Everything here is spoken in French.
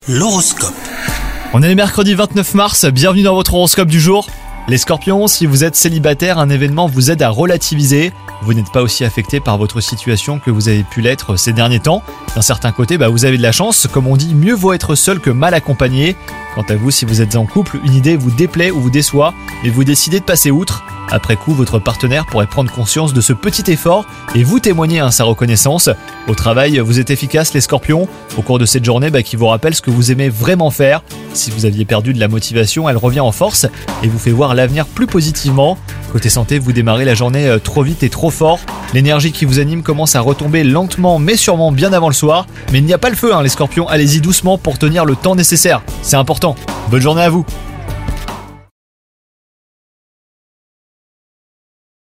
L'horoscope. On est le mercredi 29 mars, bienvenue dans votre horoscope du jour. Les scorpions, si vous êtes célibataire, un événement vous aide à relativiser. Vous n'êtes pas aussi affecté par votre situation que vous avez pu l'être ces derniers temps. D'un certain côté, vous avez de la chance. Comme on dit, mieux vaut être seul que mal accompagné. Quant à vous, si vous êtes en couple, une idée vous déplaît ou vous déçoit, mais vous décidez de passer outre. Après coup, votre partenaire pourrait prendre conscience de ce petit effort et vous témoigner sa reconnaissance. Au travail, vous êtes efficace les scorpions, au cours de cette journée qui vous rappelle ce que vous aimez vraiment faire. Si vous aviez perdu de la motivation, elle revient en force et vous fait voir l'avenir plus positivement. Côté santé, vous démarrez la journée trop vite et trop fort. L'énergie qui vous anime commence à retomber lentement mais sûrement bien avant le soir. Mais il n'y a pas le feu les scorpions, allez-y doucement pour tenir le temps nécessaire. C'est important. Bonne journée à vous.